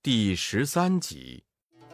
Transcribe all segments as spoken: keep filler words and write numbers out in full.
第十三集。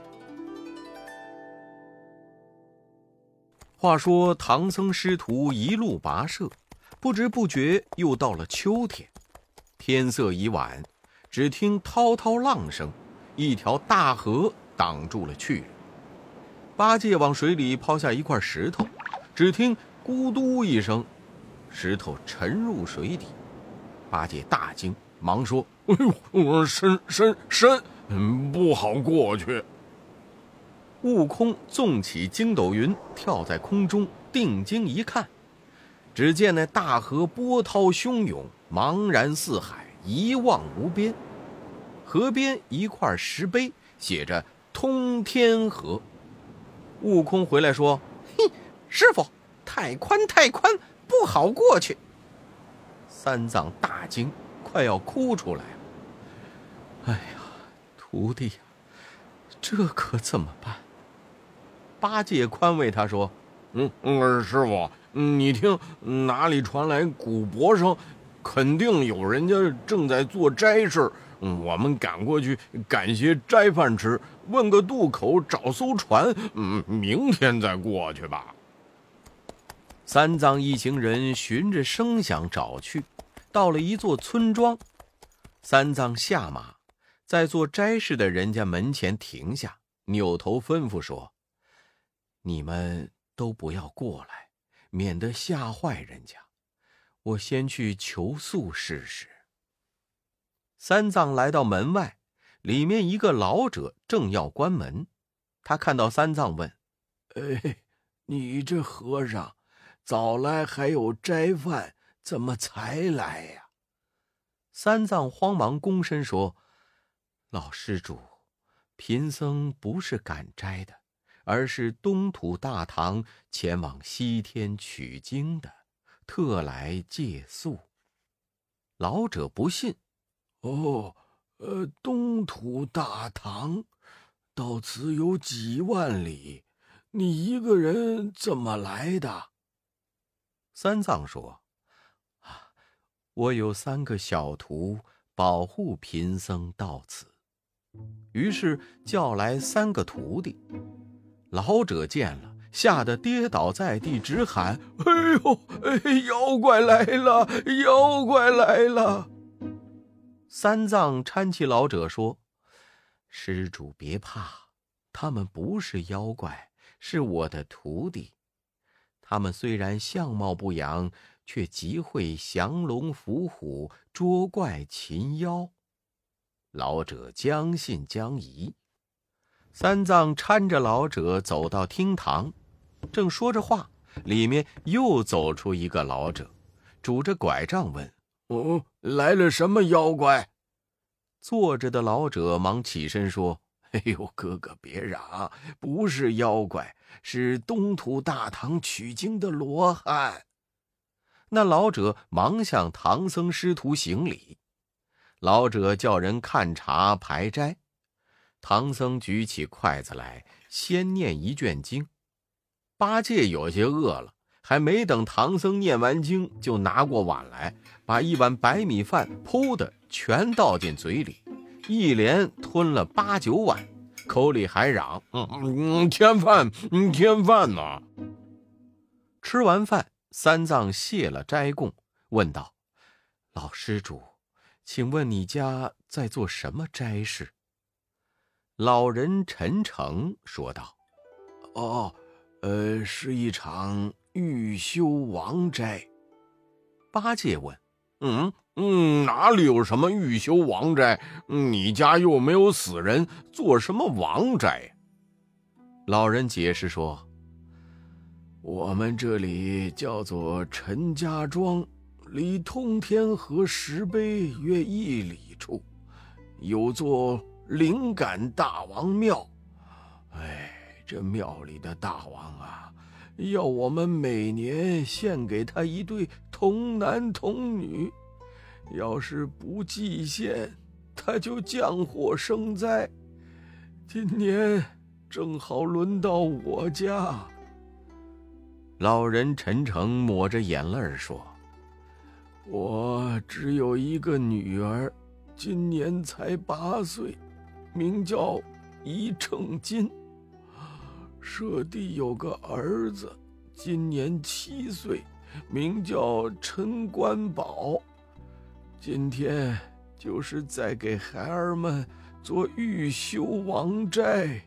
话说唐僧师徒一路跋涉，不知不觉又到了秋天。天色已晚，只听滔滔浪声，一条大河挡住了去路。八戒往水里抛下一块石头，只听咕嘟一声，石头沉入水底。八戒大惊，忙说：“哎呦，深深深，嗯，不好过去。”悟空纵起筋斗云，跳在空中，定睛一看，只见那大河波涛汹涌，茫然四海，一望无边。河边一块石碑写着通天河。悟空回来说：“嘿，师傅，太宽太宽，不好过去。”三藏大惊，快要哭出来了。哎呀，徒弟呀，这可怎么办？八戒宽慰他说：“嗯嗯，师傅，你听哪里传来鼓脖声，肯定有人家正在做斋事，我们赶过去赶些斋饭吃，问个渡口，找艘船，嗯，明天再过去吧。”三藏一行人循着声响找去，到了一座村庄。三藏下马，在做斋事的人家门前停下，扭头吩咐说：“你们都不要过来，免得吓坏人家。我先去求宿试试。”三藏来到门外，里面一个老者正要关门。他看到三藏问：“哎，你这和尚早来还有斋饭，怎么才来呀？”三藏慌忙躬身说：“老施主，贫僧不是赶斋的，而是东土大唐前往西天取经的，特来借宿。”老者不信：“哦，呃，东土大唐到此有几万里，你一个人怎么来的？”三藏说：“啊，我有三个小徒保护贫僧到此。”于是叫来三个徒弟。老者见了，吓得跌倒在地，直喊：“哎呦，哎，妖怪来了，妖怪来了！”三藏搀起老者说：“施主别怕，他们不是妖怪，是我的徒弟。他们虽然相貌不扬，却极会降龙伏虎，捉怪擒妖。”老者将信将疑。三藏搀着老者走到厅堂，正说着话，里面又走出一个老者，拄着拐杖问：“哦，来了什么妖怪？”坐着的老者忙起身说：“哎呦，哥哥别嚷，不是妖怪，是东土大唐取经的罗汉。”那老者忙向唐僧师徒行礼。老者叫人看茶排斋。唐僧举起筷子来，先念一卷经。八戒有些饿了，还没等唐僧念完经，就拿过碗来，把一碗白米饭噗的全倒进嘴里，一连吞了八九碗，口里还嚷：“嗯嗯，添饭，嗯，添饭呢。”吃完饭，三藏谢了斋供，问道：“老施主，请问你家在做什么斋事？”老人陈诚说道：“哦，呃，是一场欲修王斋。”八戒问：“嗯嗯，哪里有什么欲修王斋？你家又没有死人，做什么王斋？”老人解释说：“我们这里叫做陈家庄，离通天河石碑约一里处，有座灵感大王庙。哎，这庙里的大王啊，要我们每年献给他一对童男童女，要是不祭献，他就降祸生灾。今年正好轮到我家。”老人陈诚抹着眼泪说：“我只有一个女儿，今年才八岁， 名叫一秤金。舍弟有个儿子，今年七岁，名叫陈官宝。今天就是在给孩儿们做预修王斋。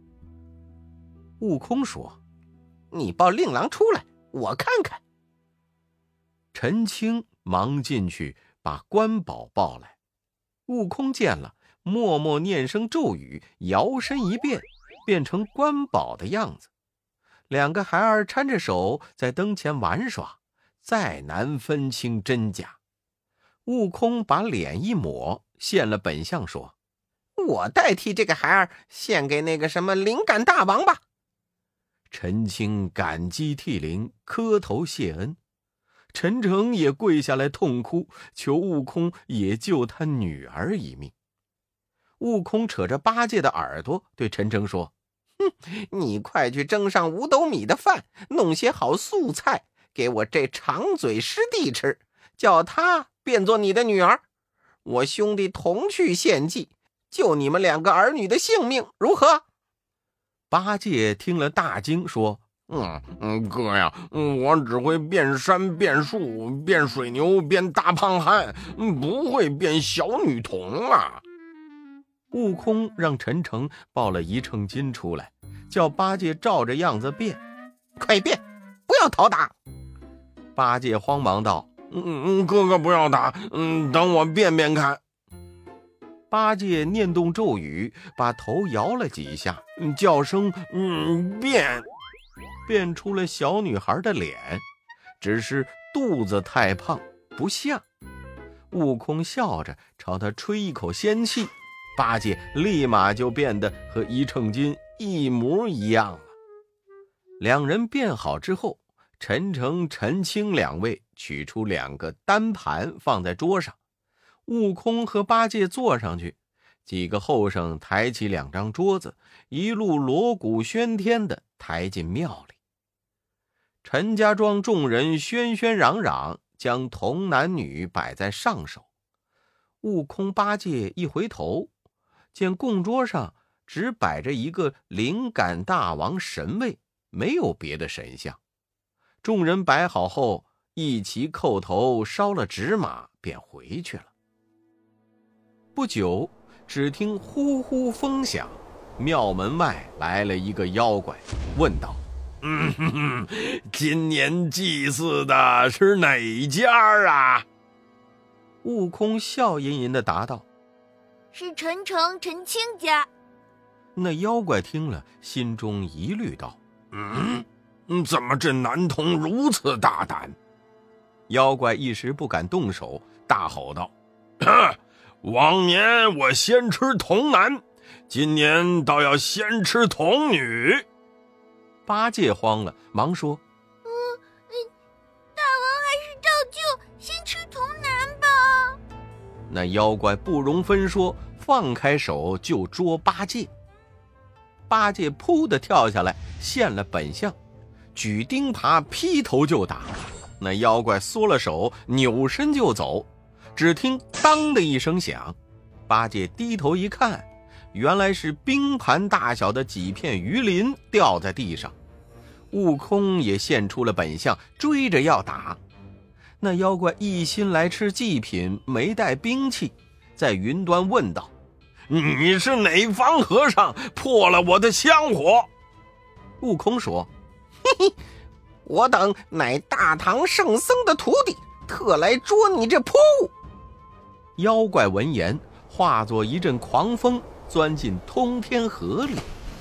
悟空说：“ 你报令郎出来，我看看。” 陈清忙进去把官宝抱来。悟空见了，默默念声咒语，摇身一变，变成官宝的样子。两个孩儿搀着手在灯前玩耍，再难分清真假。悟空把脸一抹，现了本相说：“ 我代替这个孩儿献给那个什么灵感大王吧。” 陈清感激涕零，磕头谢恩。陈诚也跪下来痛哭，求悟空也救他女儿一命。悟空扯着八戒的耳朵对陈诚说：“ 哼，你快去蒸上五斗米的饭，弄些好素菜给我这长嘴师弟吃，叫他变作你的女儿，我兄弟同去献祭，救你们两个儿女的性命，如何？” 八戒听了大惊，说：“ 嗯嗯，哥呀，我只会变山变树变水牛变大胖汉，不会变小女童啊。” 悟空让陈诚抱了一秤金出来，叫八戒照着样子变。 “快变，不要讨打！” 八戒慌忙道：“ 嗯嗯，哥哥不要打，嗯，等我变变看。” 八戒念动咒语，把头摇了几下，叫声“嗯变”，变出了小女孩的脸，只是肚子太胖，不像。悟空笑着朝他吹一口仙气，八戒立马就变得和一秤金一模一样了。两人变好之后，陈诚、陈清两位取出两个单盘放在桌上，悟空和八戒坐上去，几个后生抬起两张桌子，一路锣鼓喧天地抬进庙里。陈家庄众人喧喧嚷嚷，将童男女摆在上首。悟空、八戒一回头，见供桌上只摆着一个灵感大王神位，没有别的神像。众人摆好后，一齐叩头烧了纸马，便回去了。不久，只听呼呼风响，庙门外来了一个妖怪，问道：“ 嗯哼哼，今年祭祀的是哪家啊？” 悟空笑吟吟地答道：“ 是陈诚、陈清家。” 那妖怪听了，心中疑虑道：“ 嗯，怎么这男童如此大胆？” 妖怪一时不敢动手，大吼道：“ 往年我先吃童男，今年倒要先吃童女。” 八戒慌了，忙说：“ 嗯，大王还是照旧先吃童男吧。” 那妖怪不容分说，放开手就捉八戒。八戒扑地跳下来，现了本相，举钉耙劈头就打。那妖怪缩了手，扭身就走。只听当的一声响，八戒低头一看，原来是冰盘大小的几片鱼鳞掉在地上。悟空也现出了本相，追着要打。那妖怪一心来吃祭品，没带兵器，在云端问道：“ 你是哪方和尚破了我的香火？” 悟空说：“ 嘿嘿，我等乃大唐圣僧的徒弟，特来捉你这泼物。” 妖怪闻言，化作一阵狂风，钻进通天河里。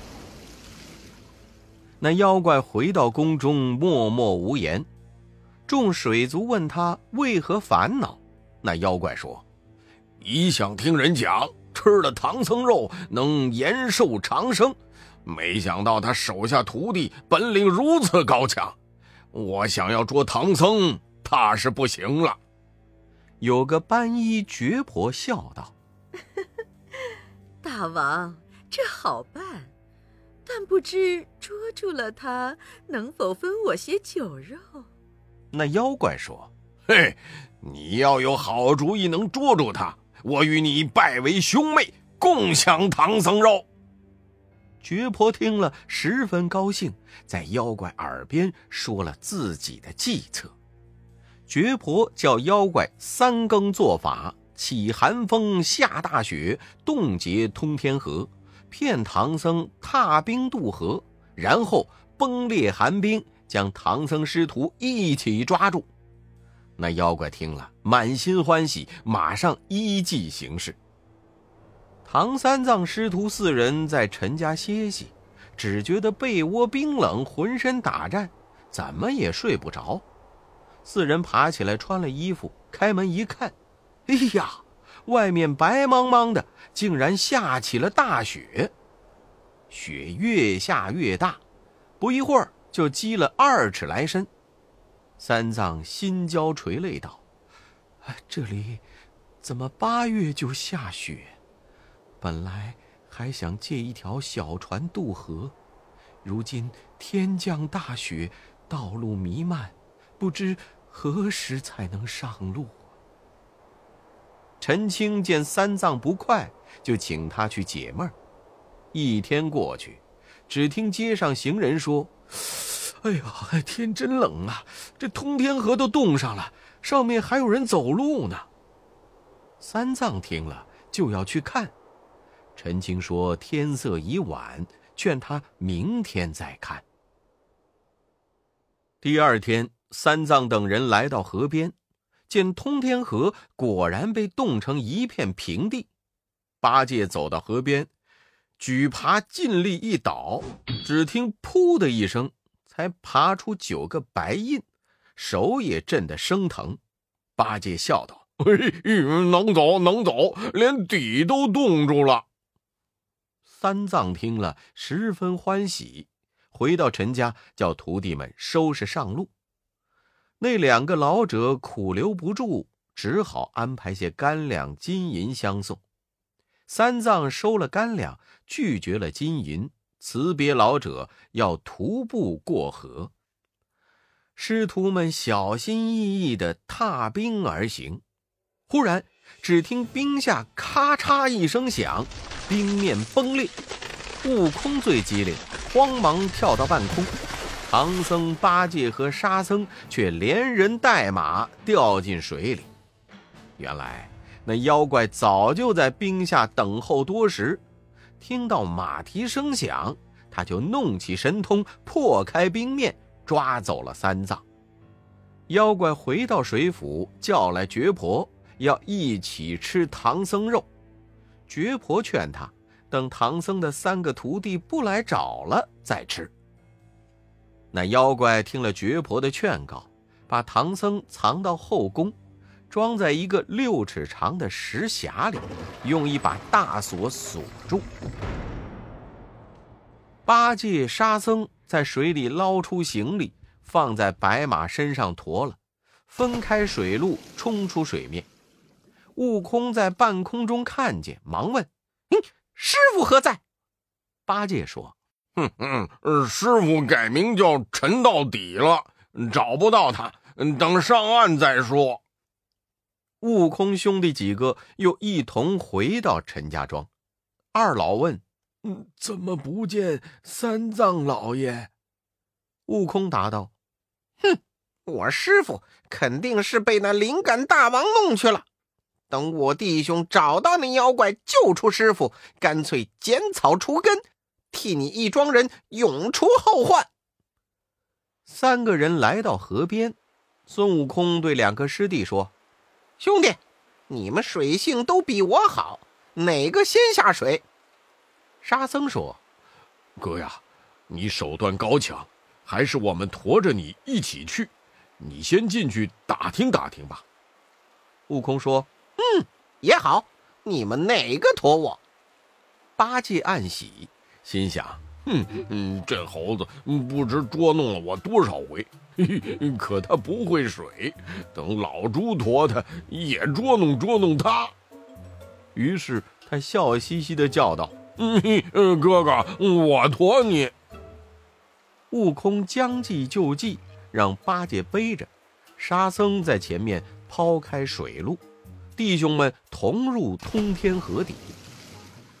那妖怪回到宫中，默默无言。众水族问他为何烦恼，那妖怪说：“ 一向听人讲，吃了唐僧肉能延寿长生，没想到他手下徒弟本领如此高强，我想要捉唐僧，怕是不行了。” 有个斑衣绝婆笑道：“ 大王，这好办，但不知捉住了他，能否分我些酒肉？” 那妖怪说：“ 嘿，你要有好主意能捉住他，我与你拜为兄妹， 共享唐僧肉。 绝婆听了十分高兴，在妖怪耳边说了自己的计策。绝婆叫妖怪三更做法，起寒风，下大雪，冻结通天河，骗唐僧踏冰渡河，然后崩裂寒冰，将唐僧师徒一起抓住。那妖怪听了满心欢喜，马上依计行事。唐三藏师徒四人在陈家歇息，只觉得被窝冰冷，浑身打颤，怎么也睡不着。四人爬起来穿了衣服，开门一看，哎呀，外面白茫茫的，竟然下起了大雪。雪越下越大，不一会儿就积了二尺来深。三藏心焦垂泪道：这里怎么八月就下雪？本来还想借一条小船渡河，如今天降大雪，道路弥漫，不知何时才能上路。陈清见三藏不快，就请他去解闷。一天过去，只听街上行人说：哎呀，天真冷啊，这通天河都冻上了，上面还有人走路呢。三藏听了就要去看，陈清说天色已晚，劝他明天再看。第二天，三藏等人来到河边，见通天河果然被冻成一片平地。八戒走到河边，举耙尽力一倒，只听噗的一声，才爬出九个白印，手也震得生疼。八戒笑道：能走能走，连底都冻住了。三藏听了十分欢喜，回到陈家，叫徒弟们收拾上路。那两个老者苦留不住，只好安排些干粮金银相送。三藏收了干粮，拒绝了金银，辞别老者，要徒步过河。师徒们小心翼翼地踏冰而行，忽然只听冰下咔嚓一声响，冰面崩裂。悟空最机灵，慌忙跳到半空，唐僧、八戒和沙僧却连人带马掉进水里。原来那妖怪早就在冰下等候多时，听到马蹄声响，他就弄起神通，破开冰面，抓走了三藏。妖怪回到水府，叫来绝婆，要一起吃唐僧肉。绝婆劝他等唐僧的三个徒弟不来找了再吃。那妖怪听了绝婆的劝告，把唐僧藏到后宫，装在一个六尺长的石匣里，用一把大锁锁住。八戒、沙僧在水里捞出行李，放在白马身上驮了，分开水路冲出水面。悟空在半空中看见，忙问：嗯，师傅何在？八戒说： 哼哼，师傅改名叫陈到底了，找不到他，等上岸再说。 悟空兄弟几个又一同回到陈家庄。二老问： 嗯，怎么不见三藏老爷？ 悟空答道： 哼，我师傅肯定是被那灵感大王弄去了。等我弟兄找到那妖怪，救出师傅，干脆剪草除根，替你一庄人永除后患。 三个人来到河边，孙悟空对两个师弟说： 兄弟，你们水性都比我好，哪个先下水？ 沙僧说： 哥呀，你手段高强，还是我们驮着你一起去，你先进去打听打听吧。 悟空说： 嗯，也好，你们哪个驮我？ 八戒暗喜，心想： 嗯嗯，这猴子不知捉弄了我多少回，可他不会水，等老猪驮他，也捉弄捉弄他。 于是他笑嘻嘻地叫道： 嗯，哥哥，我驮你。 悟空将计就计，让八戒背着，沙僧在前面抛开水路，弟兄们同入通天河底。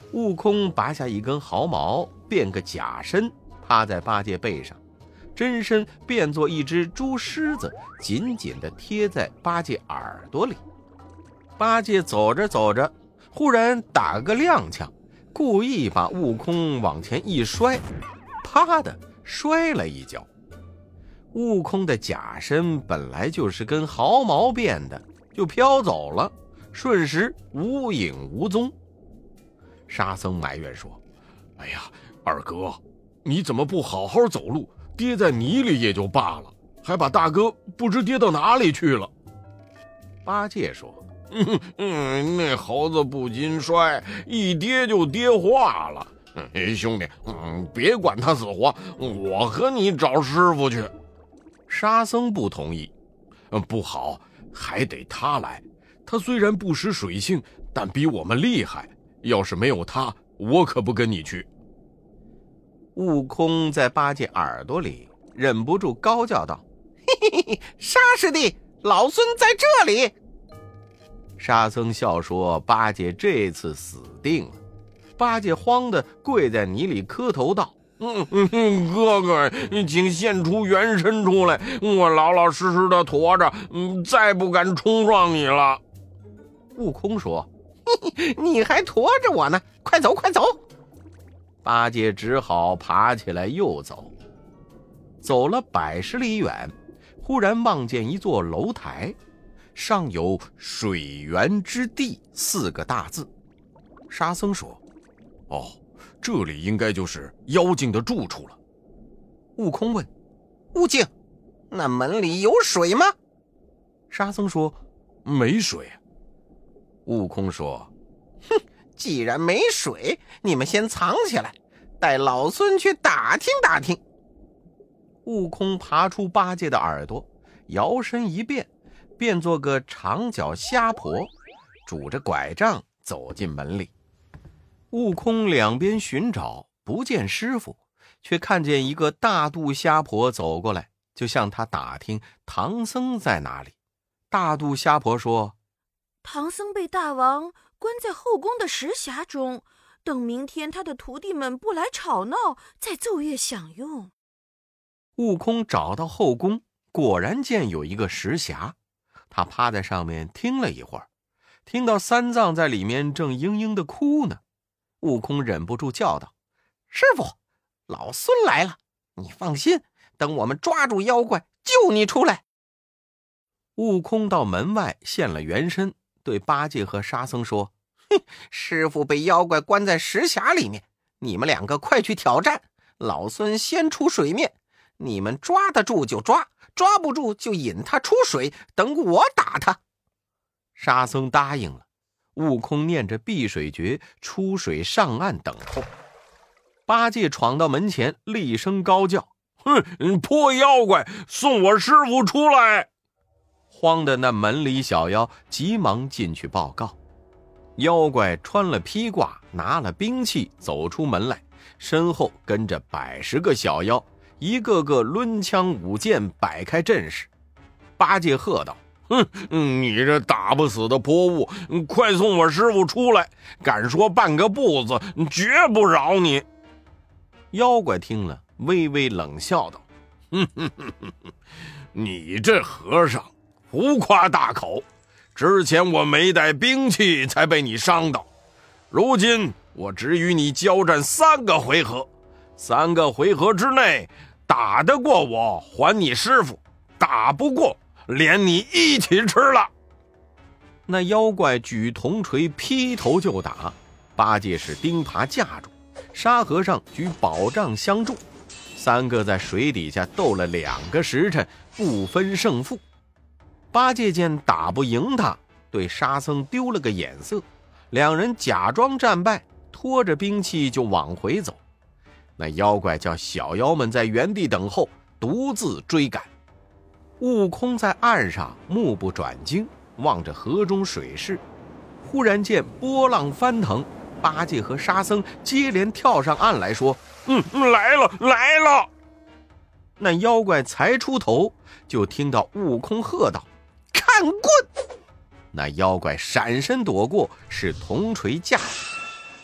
悟空拔下一根毫毛，变个假身，趴在八戒背上，真身变作一只猪狮子，紧紧地贴在八戒耳朵里。八戒走着走着，忽然打个踉跄，故意把悟空往前一摔，啪的摔了一跤。悟空的假身本来就是根毫毛变的，就飘走了，瞬时无影无踪。沙僧埋怨说： 哎呀，二哥，你怎么不好好走路，跌在泥里也就罢了，还把大哥不知跌到哪里去了。 八戒说： 嗯嗯，那猴子不禁摔，一跌就跌化了。哎，兄弟，嗯，别管他死活，我和你找师傅去。 沙僧不同意。 嗯，不好，还得他来。他虽然不识水性，但比我们厉害。要是没有他，我可不跟你去。 悟空在八戒耳朵里忍不住高叫道： 嘿嘿嘿，沙师弟，老孙在这里。 沙僧笑说：八戒这次死定了。八戒慌得跪在泥里磕头道： 嗯嗯，哥哥，请现出原身出来，我老老实实的驮着，嗯，再不敢冲撞你了。 悟空说： 你还驮着我呢，快走快走。 八戒只好爬起来又走。走了百十里远，忽然望见一座楼台，上有水源之地四个大字。沙僧说： 哦，这里应该就是妖精的住处了。 悟空问： 悟净，那门里有水吗？ 沙僧说： 没水。 悟空说： 哼，既然没水，你们先藏起来，带老孙去打听打听。 悟空爬出八戒的耳朵，摇身一变，变做个长脚虾婆，拄着拐杖走进门里。悟空两边寻找，不见师傅，却看见一个大肚虾婆走过来，就向他打听唐僧在哪里。大肚虾婆说： 唐僧被大王关在后宫的石匣中，等明天他的徒弟们不来吵闹，再奏乐享用。 悟空找到后宫，果然见有一个石匣，他趴在上面听了一会儿，听到三藏在里面正嘤嘤地哭呢。悟空忍不住叫道： 师傅，老孙来了，你放心，等我们抓住妖怪，救你出来。 悟空到门外现了原身，对八戒和沙僧说： 哼，师傅被妖怪关在石匣里面，你们两个快去挑战，老孙先出水面，你们抓得住就抓，抓不住就引他出水，等我打他。 沙僧答应了。悟空念着避水诀，出水上岸等候。八戒闯到门前，厉声高叫： 哼，破妖怪，送我师傅出来！ 慌的那门里小妖急忙进去报告。妖怪穿了披挂，拿了兵器，走出门来，身后跟着百十个小妖，一个个抡枪舞剑，摆开阵势。八戒喝道： 哼，你这打不死的泼物，快送我师傅出来！敢说半个不字，绝不饶你！ 妖怪听了，微微冷笑道： 哼哼哼哼，你这和尚胡夸大口，之前我没带兵器才被你伤到，如今我只与你交战三个回合，三个回合之内打得过我还你师傅，打不过连你一起吃了。 那妖怪举铜锤劈头就打，八戒是钉耙架住，沙和尚举宝杖相助，三个在水底下斗了两个时辰，不分胜负。八戒见打不赢他，对沙僧丢了个眼色，两人假装战败，拖着兵器就往回走。那妖怪叫小妖们在原地等候，独自追赶。悟空在岸上目不转睛，望着河中水势，忽然见波浪翻腾，八戒和沙僧接连跳上岸来说： 嗯，来了来了。 那妖怪才出头，就听到悟空喝道： 看棍！ 那妖怪闪身躲过，是铜锤架住。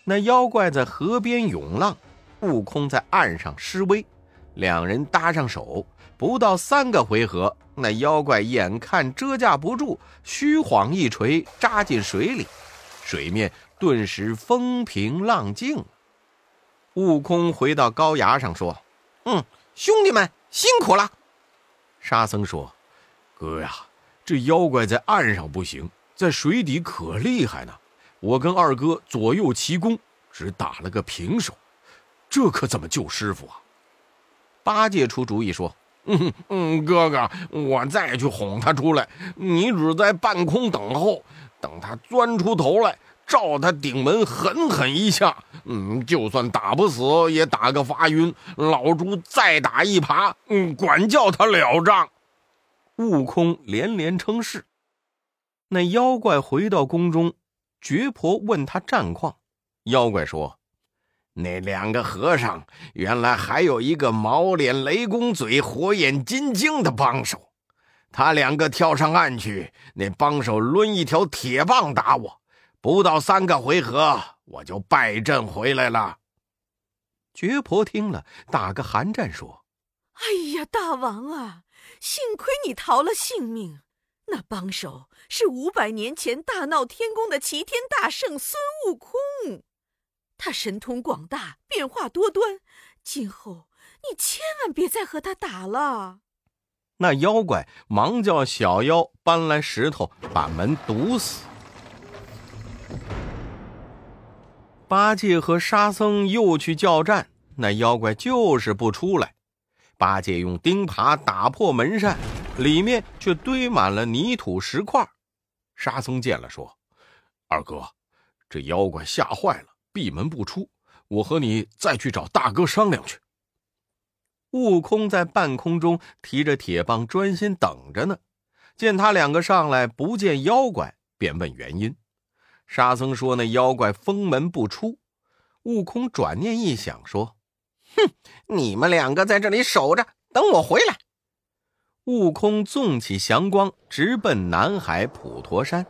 那妖怪在河边涌浪，悟空在岸上施威，两人搭上手，不到三个回合，那妖怪眼看遮架不住，虚晃一锤扎进水里，水面顿时风平浪静。悟空回到高崖上说： 嗯，兄弟们辛苦了。 沙僧说： 哥呀，这妖怪在岸上不行，在水底可厉害呢。我跟二哥左右齐攻，只打了个平手，这可怎么救师傅啊？ 八戒出主意说： 嗯嗯，哥哥，我再去哄他出来，你只在半空等候，等他钻出头来，照他顶门狠狠一下，嗯，就算打不死，也打个发晕，老猪再打一耙，嗯，管教他了账。 悟空连连称是。那妖怪回到宫中，觉婆问他战况，妖怪说： 那两个和尚原来还有一个毛脸雷公嘴火眼金睛的帮手，他两个跳上岸去，那帮手抡一条铁棒打我，不到三个回合我就败阵回来了。 觉婆听了打个寒战说： 哎呀，大王啊，幸亏你逃了性命，那帮手是五百年前大闹天宫的齐天大圣孙悟空，他神通广大，变化多端，今后你千万别再和他打了。 那妖怪忙叫小妖搬来石头，把门堵死。八戒和沙僧又去叫战，那妖怪就是不出来。八戒用钉耙打破门扇，里面却堆满了泥土石块。 沙僧见了说：二哥，这妖怪吓坏了，闭门不出，我和你再去找大哥商量去。 悟空在半空中提着铁棒专心等着呢，见他两个上来不见妖怪，便问原因。沙僧说那妖怪封门不出。悟空转念一想说： 哼，你们两个在这里守着，等我回来。 悟空纵起祥光，直奔南海普陀山。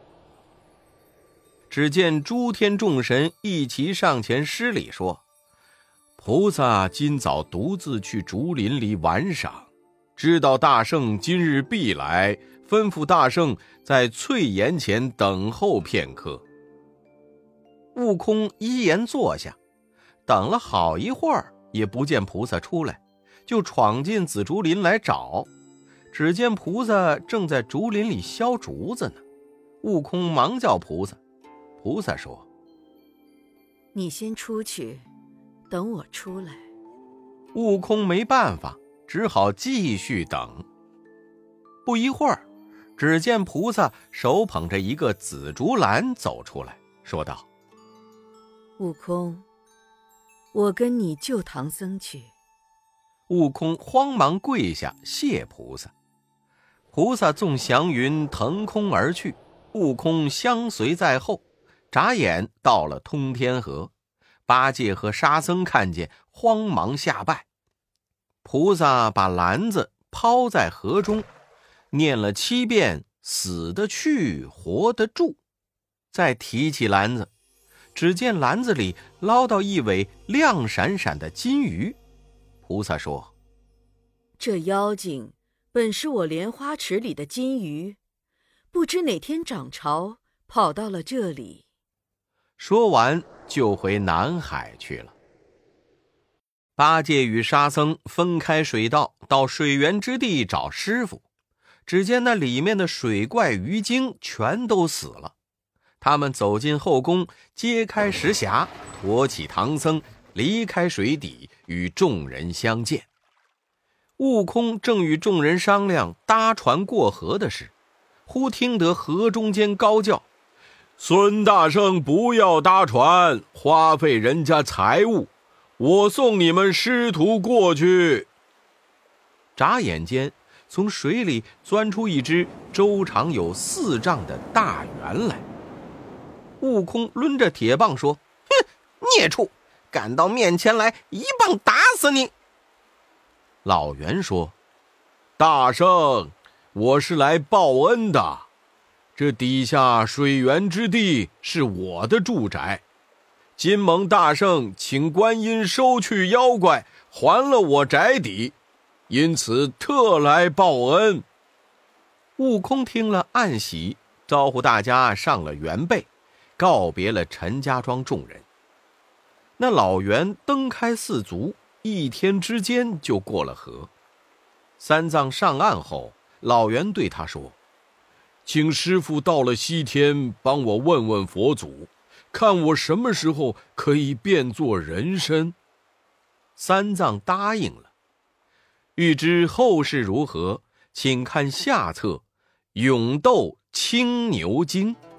只见诸天众神一齐上前施礼说：菩萨今早独自去竹林里玩赏，知道大圣今日必来，吩咐大圣在翠岩前等候片刻。悟空依言坐下，等了好一会儿也不见菩萨出来，就闯进紫竹林来找。只见菩萨正在竹林里削竹子呢。悟空忙叫菩萨，菩萨说： 你先出去，等我出来。 悟空没办法，只好继续等。不一会儿，只见菩萨手捧着一个紫竹篮走出来，说道： 悟空，我跟你救唐僧去。 悟空慌忙跪下谢菩萨。菩萨纵祥云腾空而去，悟空相随在后，眨眼到了通天河。八戒和沙僧看见，慌忙下拜。菩萨把篮子抛在河中，念了七遍死得去活得住，再提起篮子，只见篮子里捞到一尾亮闪闪的金鱼。菩萨说： 这妖精本是我莲花池里的金鱼，不知哪天涨潮跑到了这里。 说完就回南海去了。八戒与沙僧分开水道，到水源之地找师傅。只见那里面的水怪鱼精全都死了。他们走进后宫，揭开石匣，驮起唐僧，离开水底，与众人相见。悟空正与众人商量搭船过河的事，忽听得河中间高叫：孙大圣不要搭船，花费人家财物，我送你们师徒过去。眨眼间，从水里钻出一只周长有四丈的大猿来。悟空抡着铁棒说： 哼，孽畜，赶到面前来，一棒打死你。 老猿说：大圣，我是来报恩的，这底下水源之地是我的住宅， 今蒙大圣请观音收去妖怪，还了我宅邸，因此特来报恩。” 悟空听了暗喜，招呼大家上了原背，告别了陈家庄众人。那老袁登开四足，一天之间就过了河。三藏上岸后，老袁对他说：“ 请师父到了西天，帮我问问佛祖，看我什么时候可以变作人身。” 三藏答应了。欲知后事如何，请看下册《勇斗青牛精》。